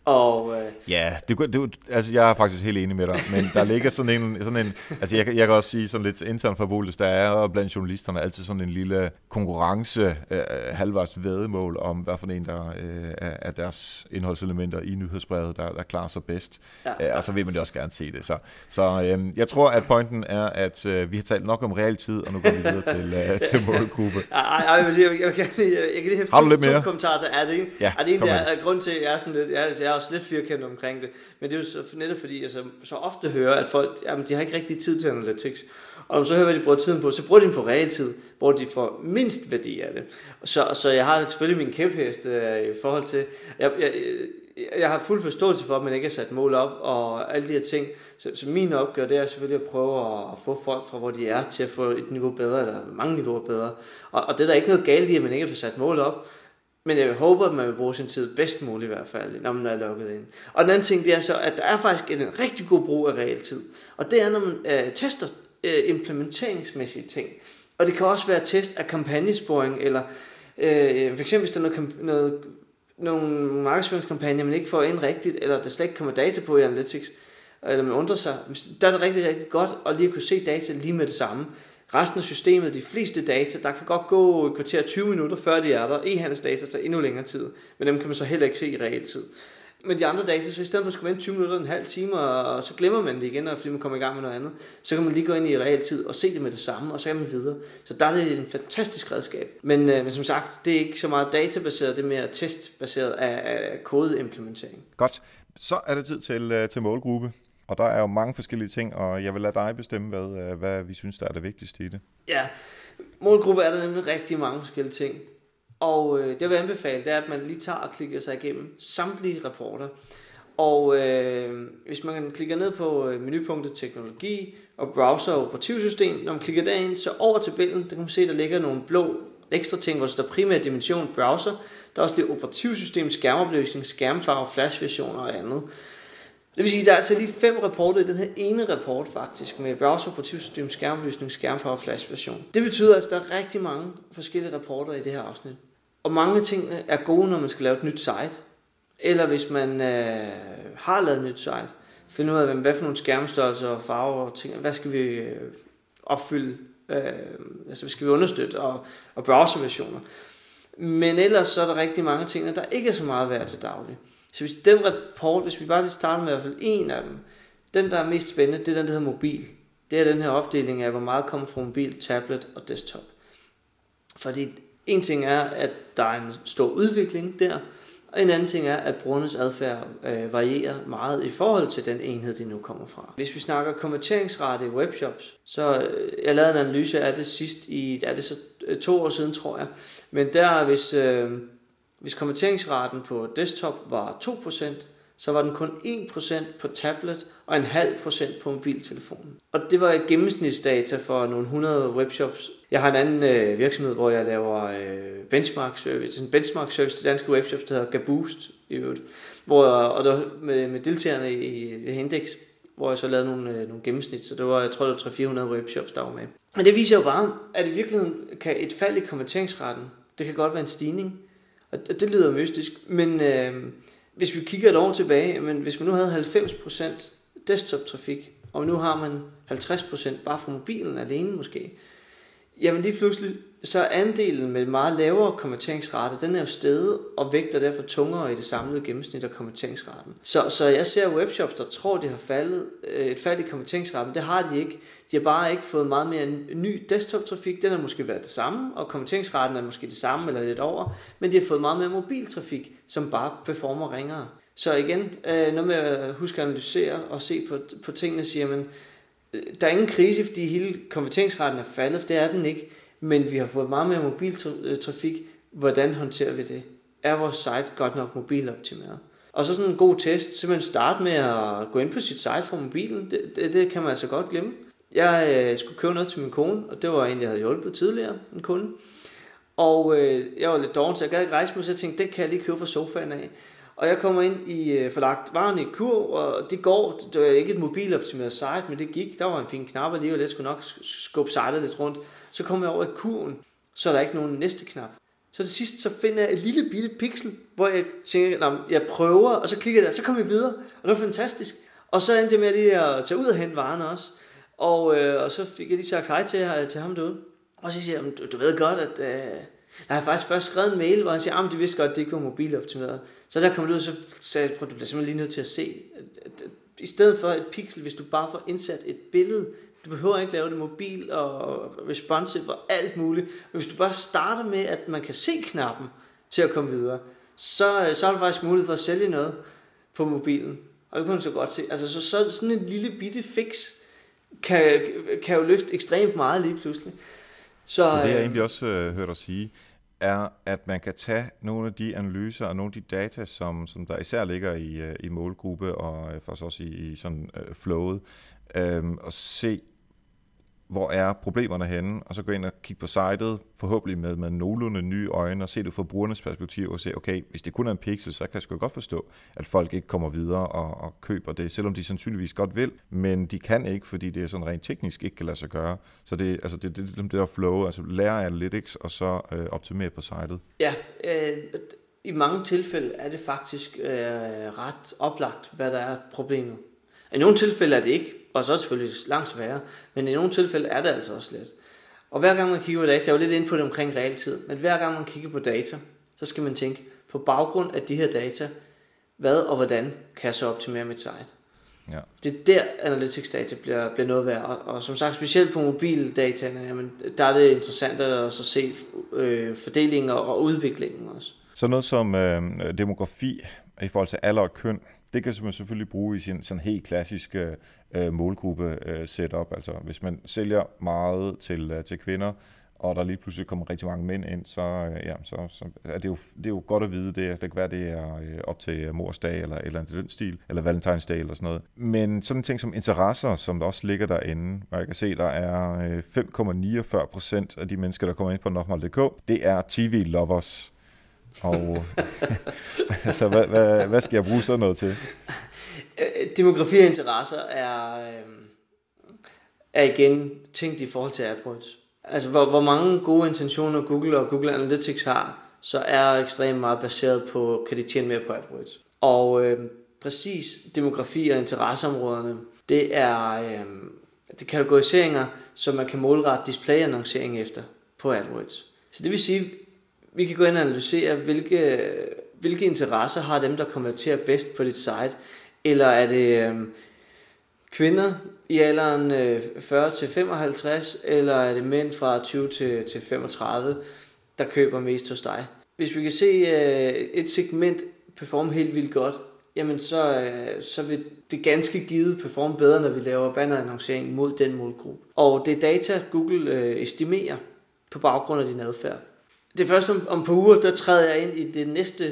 Og, ja, altså jeg er faktisk helt enig med dig, men der ligger sådan en altså jeg kan også sige sådan lidt internt forboldes, der er blandt journalisterne altid sådan en lille konkurrence, halvvejs væddemål om, hvad for en der er deres indholdselementer i nyhedsbrevet, der klarer sig bedst. Ja. Og så vil man det også gerne se det. Så jeg tror, at pointen er, at vi har talt nok om realtid, og nu går vi videre til målgruppe. Jeg kan lige have to kommentarer til. Er det en der grund til, at jeg er sådan lidt, jeg er også lidt firkantet omkring det, men det er jo så netop fordi, jeg så ofte hører, at folk, jamen, de har ikke rigtig tid til analytics, og når man så hører, hvad de bruger tiden på, så bruger de den på realtid, hvor de får mindst værdi af det. Så jeg har selvfølgelig min kæphest i forhold til, jeg har fuld forståelse for, at man ikke har sat mål op, og alle de her ting, så min opgave, det er selvfølgelig at prøve at få folk fra, hvor de er, til at få et niveau bedre, eller mange niveauer bedre, og det er der ikke noget galt i, at man ikke har fået sat mål op. Men jeg håber, at man vil bruge sin tid bedst muligt i hvert fald, når man er logget ind. Og den anden ting, det er så, at der er faktisk en rigtig god brug af realtid. Og det er, når man tester implementeringsmæssige ting. Og det kan også være test af kampagnesporing, eller for eksempel hvis der er nogle markedsføringskampagner, man ikke får ind rigtigt, eller der slet ikke kommer data på i Analytics, eller man undrer sig, der er det rigtig, rigtig godt at lige kunne se data lige med det samme. Resten af systemet, de fleste data, der kan godt gå et kvarter 20 minutter, før de er der. E-handelsdata tager endnu længere tid, men dem kan man så heller ikke se i realtid. Men de andre data, så i stedet for at skulle vente 20 minutter, en halv time, og så glemmer man det igen, fordi man kommer i gang med noget andet, så kan man lige gå ind i realtid og se det med det samme, og så kan man videre. Så der er det en fantastisk redskab. Men som sagt, det er ikke så meget databaseret, det er mere testbaseret af kodeimplementering. Godt. Så er det tid til målgruppe. Og der er jo mange forskellige ting, og jeg vil lade dig bestemme, hvad vi synes, der er det vigtigste i det. Ja, målgruppe er der nemlig rigtig mange forskellige ting. Og det jeg vil anbefale, det er, at man lige tager og klikker sig igennem samtlige rapporter. Og hvis man klikker ned på menupunktet teknologi og browser og operativsystem, når man klikker derind, så over tabellen, der kan man se, at der ligger nogle blå ekstra ting, hvor der står primær dimension browser. Der er også lige operativsystem, skærmopløsning, skærmfarve, flashversioner og andet. Det vil sige, at der er altså lige 5 rapporter i den her ene rapport faktisk, med browser, operativsystem, skærmopløsning, skærmfarve og flashversion. Det betyder altså, at der er rigtig mange forskellige rapporter i det her afsnit. Og mange af tingene er gode, når man skal lave et nyt site. Eller hvis man har lavet et nyt site. Finde ud af, hvad for nogle skærmstørrelser og farver og ting, hvad skal vi opfylde, altså hvad skal vi understøtte, og browserversioner. Men ellers så er der rigtig mange ting, der ikke er så meget værd til daglig. Så hvis den rapport, hvis vi bare lige starter med i hvert fald en af dem, den der er mest spændende, det er den, der hedder mobil. Det er den her opdeling af, hvor meget kommer fra mobil, tablet og desktop. Fordi en ting er, at der er en stor udvikling der, og en anden ting er, at brugernes adfærd varierer meget i forhold til den enhed, de nu kommer fra. Hvis vi snakker konverteringsrate i webshops, så jeg lavede en analyse af det sidst er det så 2 år siden, tror jeg. Men der, hvis konverteringsraten på desktop var 2%, så var den kun 1% på tablet og 0,5% på mobiltelefonen. Og det var et gennemsnitsdata for nogle 100 webshops. Jeg har en anden virksomhed, hvor jeg laver benchmark service. En benchmark service til danske webshops, der hedder Gaboost i øvrigt. Og der med deltagerne i det her indeks, hvor jeg så lavede nogle gennemsnit. Så det var, jeg tror, det var 300-400 webshops, der var med. Men det viser jo bare, at i virkeligheden kan et fald i konverteringsraten, det kan godt være en stigning. Og det lyder mystisk, men hvis vi kigger et år tilbage, men hvis man nu havde 90% desktop-trafik, og nu har man 50% bare fra mobilen alene måske, jamen lige pludselig, så er andelen med meget lavere konverteringsrate, den er jo steget og vægter derfor tungere i det samlede gennemsnit af konverteringsraten. Så jeg ser webshops, der tror, de har faldet et fald i konverteringsraten. Det har de ikke. De har bare ikke fået meget mere ny desktop-trafik. Den har måske været det samme, og konverteringsraten er måske det samme eller lidt over, men de har fået meget mere mobiltrafik, som bare performer ringere. Så igen, noget med at huske at analysere og se på tingene, siger man, der er ingen krise, fordi hele konverteringsraten er faldet, for det er den ikke. Men vi har fået meget mere mobiltrafik. Hvordan håndterer vi det? Er vores site godt nok mobiloptimeret? Og så sådan en god test, simpelthen starte med at gå ind på sit site fra mobilen. Det kan man altså godt glemme. Jeg skulle købe noget til min kone, og det var en, jeg havde hjulpet tidligere, en kunde. Og jeg var lidt doven, så jeg gad ikke rejse mig, så jeg tænkte, det kan jeg lige købe fra sofaen af. Og jeg kommer ind i forlagt varen i kurv, og det går, det var ikke et mobiloptimeret site, men det gik, der var en fin knap alligevel, jeg skulle nok skubbe sitet lidt rundt. Så kommer jeg over i kurven, så er der ikke nogen næste knap. Så til sidst, så finder jeg et lille bitte pixel, hvor jeg tænker, jeg prøver, og så klikker jeg der, så kommer jeg videre, og det var fantastisk. Og så endte jeg med lige at tage ud og hente varerne også. Og så fik jeg lige sagt hej til ham derude. Og så siger jeg, du ved godt, at jeg har faktisk først skrevet en mail, hvor han siger, de vidste godt, at det ikke var mobiloptimeret. Så der kom det ud, så sagde jeg, du bliver simpelthen lige nødt til at se. I stedet for et pixel, hvis du bare får indsat et billede, du behøver ikke lave det mobil og responsive og alt muligt. Men hvis du bare starter med, at man kan se knappen til at komme videre, så har du faktisk mulighed for at sælge noget på mobilen. Og det kunne man så godt se. Altså så sådan en lille bitte fix kan jo løfte ekstremt meget lige pludselig. Så det jeg egentlig også hørte dig sige, er, at man kan tage nogle af de analyser og nogle af de data, som der især ligger i målgruppe og faktisk også i sådan flowet, og se, hvor er problemerne henne, og så gå ind og kigge på sitet, forhåbentlig med nogenlunde nye øjne, og se det fra brugernes perspektiv, og se, okay, hvis det kun er en pixel, så kan jeg sgu godt forstå, at folk ikke kommer videre og køber det, selvom de sandsynligvis godt vil, men de kan ikke, fordi det er sådan rent teknisk ikke kan lade sig gøre. Så det der flow, altså lære analytics, og så optimere på sitet. Ja, i mange tilfælde er det faktisk ret oplagt, hvad der er problemet. I nogle tilfælde er det ikke, og så er det selvfølgelig langt sværere, men i nogle tilfælde er det altså også let. Og hver gang man kigger på data, jeg er jo lidt inde på det omkring realtid, men hver gang man kigger på data, så skal man tænke, på baggrund af de her data, hvad og hvordan kan jeg så optimere mit site? Ja. Det er der analytics data bliver noget værd, og som sagt specielt på mobildataene, jamen, der er det interessant at så se fordelinger og udviklingen også. Så noget som demografi i forhold til alder og køn, det kan man selvfølgelig bruge i sin sådan helt klassiske målgruppe setup. Altså hvis man sælger meget til kvinder, og der lige pludselig kommer rigtig mange mænd ind, så er det er jo godt at vide det. Det kan være, det er op til Mors Dag eller en den stil, eller Valentinsdag eller sådan noget. Men sådan en ting som interesser, som der også ligger derinde, og jeg kan se, der er 5,49% af de mennesker, der kommer ind på nokmal.dk, det er TV-lovers. Og altså, hvad skal jeg bruge sådan noget til? Demografi og interesser er igen tænkt i forhold til AdWords. Altså hvor mange gode intentioner Google og Google Analytics har, så er ekstremt meget baseret på, kan de tjene mere på AdWords. Og præcis demografi og interesseområderne, det er kategoriseringer, som man kan målrette displayannoncering efter på AdWords. Så det vil sige, vi kan gå ind og analysere, hvilke interesser har dem, der konverterer bedst på dit site. Eller er det kvinder i alderen 40-55, eller er det mænd fra 20 til 35, der køber mest hos dig. Hvis vi kan se et segment performe helt vildt godt, jamen så vil det ganske givet performe bedre, når vi laver bannerannoncering mod den målgruppe. Og det er data, Google estimerer på baggrund af din adfærd. Det er først om på uger, der træder jeg ind i det næste,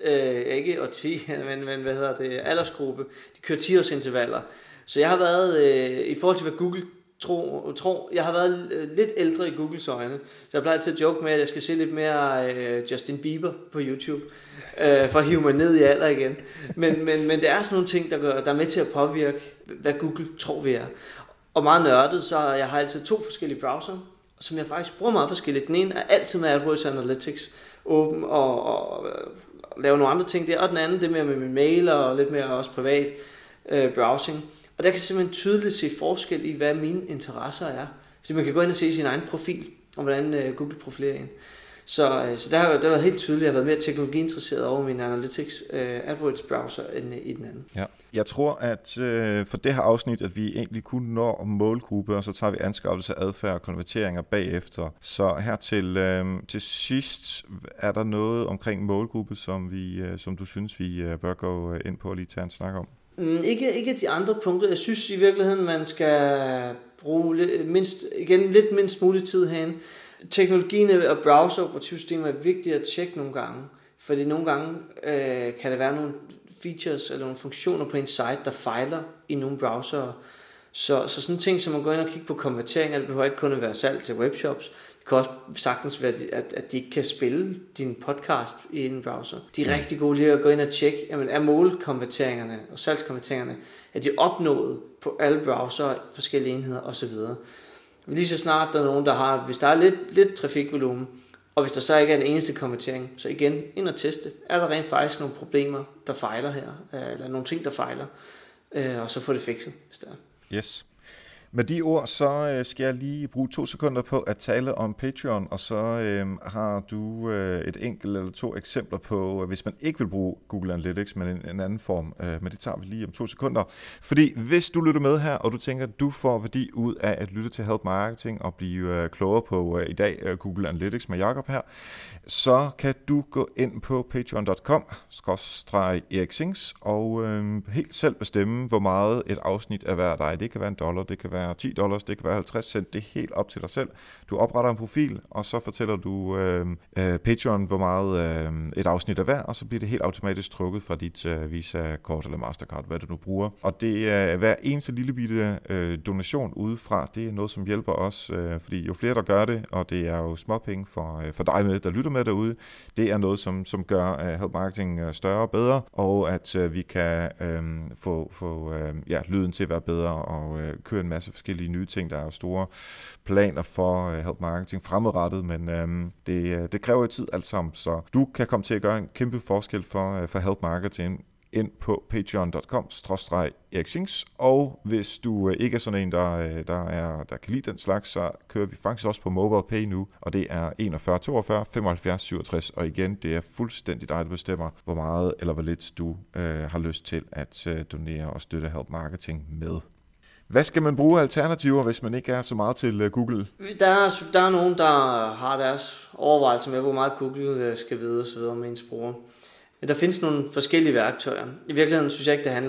ikke årti, men aldersgruppe. De kører 10-årsintervaller. Så jeg har været, i forhold til hvad Google tror, jeg har været lidt ældre i Googles øjne. Så jeg plejer altid at joke med, at jeg skal se lidt mere Justin Bieber på YouTube, for at hive mig ned i alder igen. Men det er sådan nogle ting, der er med til at påvirke, hvad Google tror vi er. Og meget nørdet, så jeg har altid 2 forskellige browser, som jeg faktisk bruger meget forskelligt. Den ene er altid med AdWords Analytics åben og lave nogle andre ting der, og den anden det med min mail og lidt mere også privat browsing. Og der kan simpelthen tydeligt se forskel i, hvad mine interesser er. Fordi man kan gå ind og se sin egen profil, og hvordan Google profilerer en. Så der har været helt tydeligt, at jeg har været mere teknologiinteresseret over min Analytics AdWords browser end i den anden. Ja. Jeg tror, at for det her afsnit, at vi egentlig kun når målgruppe, og så tager vi anskaffelse af adfærd og konverteringer bagefter. Så her til sidst, er der noget omkring målgruppe, som du synes, vi bør gå ind på og lige tage en snak om? Ikke de andre punkter. Jeg synes i virkeligheden, man skal bruge lidt mindst mulig tid herinde. Teknologien og browser-operativsystemer er vigtigt at tjekke nogle gange, fordi nogle gange kan der være nogle features eller nogle funktioner på en site, der fejler i nogle browser. Så sådan ting som at gå ind og kigge på konverteringer, det behøver ikke kun at være salg til webshops. Det kan også sagtens være, at de ikke kan spille din podcast i en browser. De er rigtig gode lige at gå ind og tjekke, jamen er målkonverteringerne og salgskonverteringerne, er de opnået på alle browser, forskellige enheder osv. Lige så snart der er nogen, der har, hvis der er lidt trafikvolumen, Og hvis der så ikke er en eneste konvertering, så igen ind og teste. Er der rent faktisk nogle problemer, der fejler her? Eller nogle ting, der fejler? Og så få det fikset, hvis der er. Yes. Med de ord, så skal jeg lige bruge 2 sekunder på at tale om Patreon, og så har du et enkelt eller 2 eksempler på, hvis man ikke vil bruge Google Analytics, men en anden form. Men det tager vi lige om 2 sekunder. Fordi hvis du lytter med her, og du tænker, at du får værdi ud af at lytte til Help Marketing og blive klogere på i dag Google Analytics med Jakob her, så kan du gå ind på patreon.com/eriksings og helt selv bestemme, hvor meget et afsnit er værd dig. Det kan være $1, det kan være $10, det kan være 50 cent, det er helt op til dig selv. Du opretter en profil, og så fortæller du Patreon, hvor meget et afsnit er værd, og så bliver det helt automatisk trukket fra dit Visa-kort eller Mastercard, hvad du nu bruger. Og det er hver eneste lille bitte donation udefra, det er noget, som hjælper os, fordi jo flere, der gør det, og det er jo småpenge for dig med, der lytter med derude, det er noget, som gør Help Marketing større og bedre, og at vi kan få lyden til at være bedre og køre en masse forskellige nye ting. Der er jo store planer for Help Marketing fremadrettet, men det kræver jo tid alt sammen, så du kan komme til at gøre en kæmpe forskel for Help Marketing ind på patreon.com/eriksings, og hvis du ikke er sådan en, der kan lide den slags, så kører vi faktisk også på MobilePay nu, og det er 41 42 75 67, og igen, det er fuldstændig dig, der bestemmer, hvor meget eller hvor lidt du har lyst til at donere og støtte Help Marketing med. Hvad skal man bruge alternativer, hvis man ikke er så meget til Google? Der er nogen, der har deres overvejelser med, hvor meget Google skal vide og så videre om ens bruger. Der findes nogle forskellige værktøjer. I virkeligheden synes jeg ikke, det handler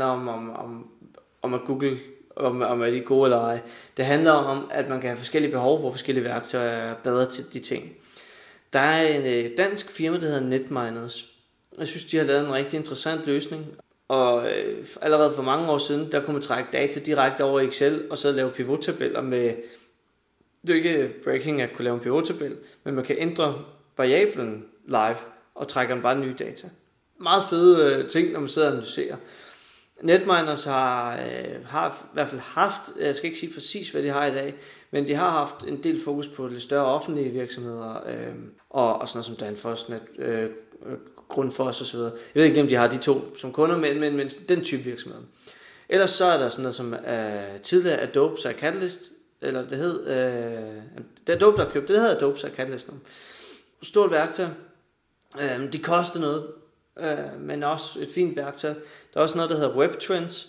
om at Google, om er de gode eller ej. Det handler om, at man kan have forskellige behov, hvor forskellige værktøjer er bedre til de ting. Der er en dansk firma, der hedder Netminers. Jeg synes, de har lavet en rigtig interessant løsning. Og allerede for mange år siden, der kunne man trække data direkte over i Excel, og så lave pivottabeller med... Det er ikke breaking at kunne lave en pivottabel, men man kan ændre variablen live, og trækker den bare nye data. Meget fede ting, når man sidder og analyserer. Netminers har i hvert fald haft, jeg skal ikke sige præcis, hvad de har i dag, men de har haft en del fokus på lidt større offentlige virksomheder, og sådan noget som Danfoss, Grundfos og så videre. Jeg ved ikke, om de har de 2 som kunder, men den type virksomheder. Ellers så er der sådan noget som tidligere Adobe Catalyst, eller det hed, det er Adobe, der købte, det hedder Adobe Catalyst nu. Stort værktøj. De koster noget, men også et fint værktøj. Der er også noget, der hedder WebTrends,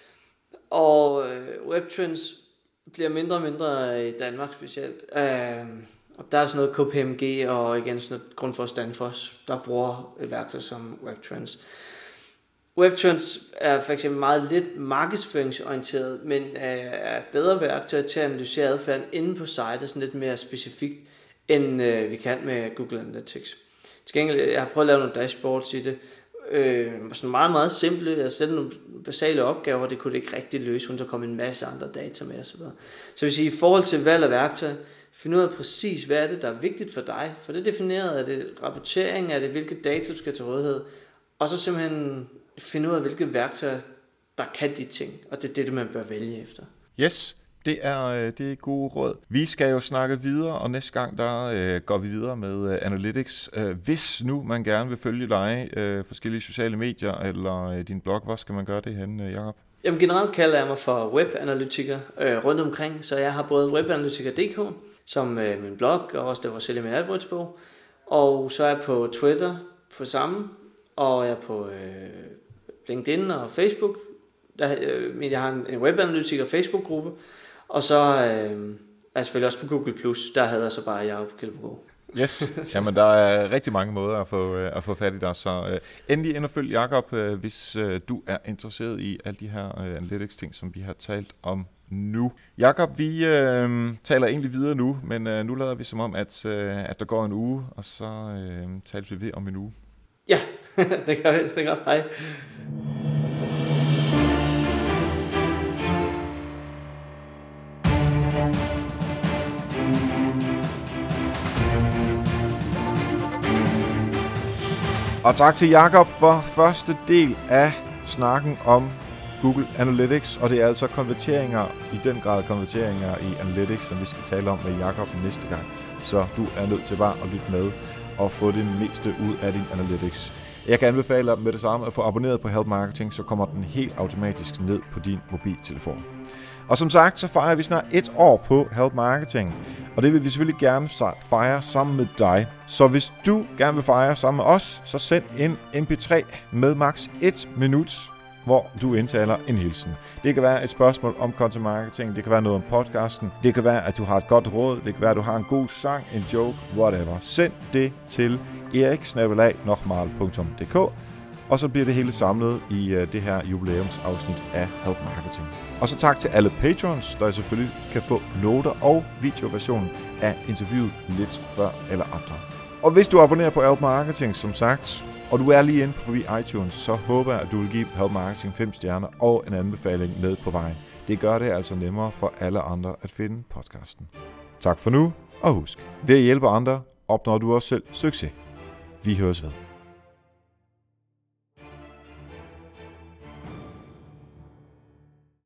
og WebTrends bliver mindre og mindre i Danmark specielt. Og der er sådan noget KPMG og igen sådan noget Grundfos Danfoss, der bruger et værktøj som WebTrends. WebTrends er for eksempel meget lidt markedsføringsorienteret, men er bedre værktøj til at analysere adfærden inde på sitet, sådan lidt mere specifikt, end vi kan med Google Analytics. Til gengæld, jeg har prøvet at lave nogle dashboards i det, sådan meget, meget simple, jeg stille nogle basale opgaver, det kunne det ikke rigtig løse, uden der kom en masse andre data med osv. Så vil sige, i forhold til valg af værktøj, find ud af præcis, hvad er det, der er vigtigt for dig, for det er defineret, er det rapportering, er det hvilke data du skal til rådighed, og så simpelthen finde ud af, hvilke værktøjer, der kan de ting, og det er det, man bør vælge efter. Yes. Det er gode råd. Vi skal jo snakke videre, og næste gang der går vi videre med Analytics. Hvis nu man gerne vil følge dig, forskellige sociale medier eller din blog, hvor skal man gøre det henne, Jakob? Jamen generelt kalder jeg mig for webanalytiker rundt omkring, så jeg har både webanalytiker.dk som min blog, og også der hvor jeg sælger min AdWords-bog, og så er jeg på Twitter på samme, og jeg er på LinkedIn og Facebook. Jeg har en webanalytiker Facebook-gruppe, og så er jeg selvfølgelig også på Google+, der hedder så bare Jakob Kjeldbro. Yes, jamen der er rigtig mange måder at få fat i dig, så endelig ind og følg Jakob, hvis du er interesseret i alle de her analytics-ting, som vi har talt om nu. Jakob, vi taler egentlig videre nu, men nu lader vi som om, at der går en uge, og så taler vi ved om en uge. Ja, det gør vi. Det er godt. Hej. Og tak til Jakob for første del af snakken om Google Analytics, og det er altså konverteringer, i den grad konverteringer i Analytics, som vi skal tale om med Jakob næste gang. Så du er nødt til bare at lytte med og få det meste ud af din Analytics. Jeg kan anbefale dig med det samme at få abonneret på Help Marketing, så kommer den helt automatisk ned på din mobiltelefon. Og som sagt, så fejrer vi snart 1 år på Help Marketing, og det vil vi selvfølgelig gerne fejre sammen med dig. Så hvis du gerne vil fejre sammen med os, så send en mp3 med maks 1 minut, hvor du indtaler en hilsen. Det kan være et spørgsmål om content marketing, det kan være noget om podcasten, det kan være, at du har et godt råd, det kan være, at du har en god sang, en joke, whatever. Send det til erik@nochmal.dk, og så bliver det hele samlet i det her jubilæumsafsnit af Help Marketing. Og så tak til alle patrons, der selvfølgelig kan få noter og videoversionen af interviewet lidt før eller andre. Og hvis du abonnerer på Help Marketing, som sagt, og du er lige inde forbi iTunes, så håber jeg, at du vil give Help Marketing 5 stjerner og en anbefaling med på vejen. Det gør det altså nemmere for alle andre at finde podcasten. Tak for nu, og husk, ved at hjælpe andre, opnår du også selv succes. Vi høres ved.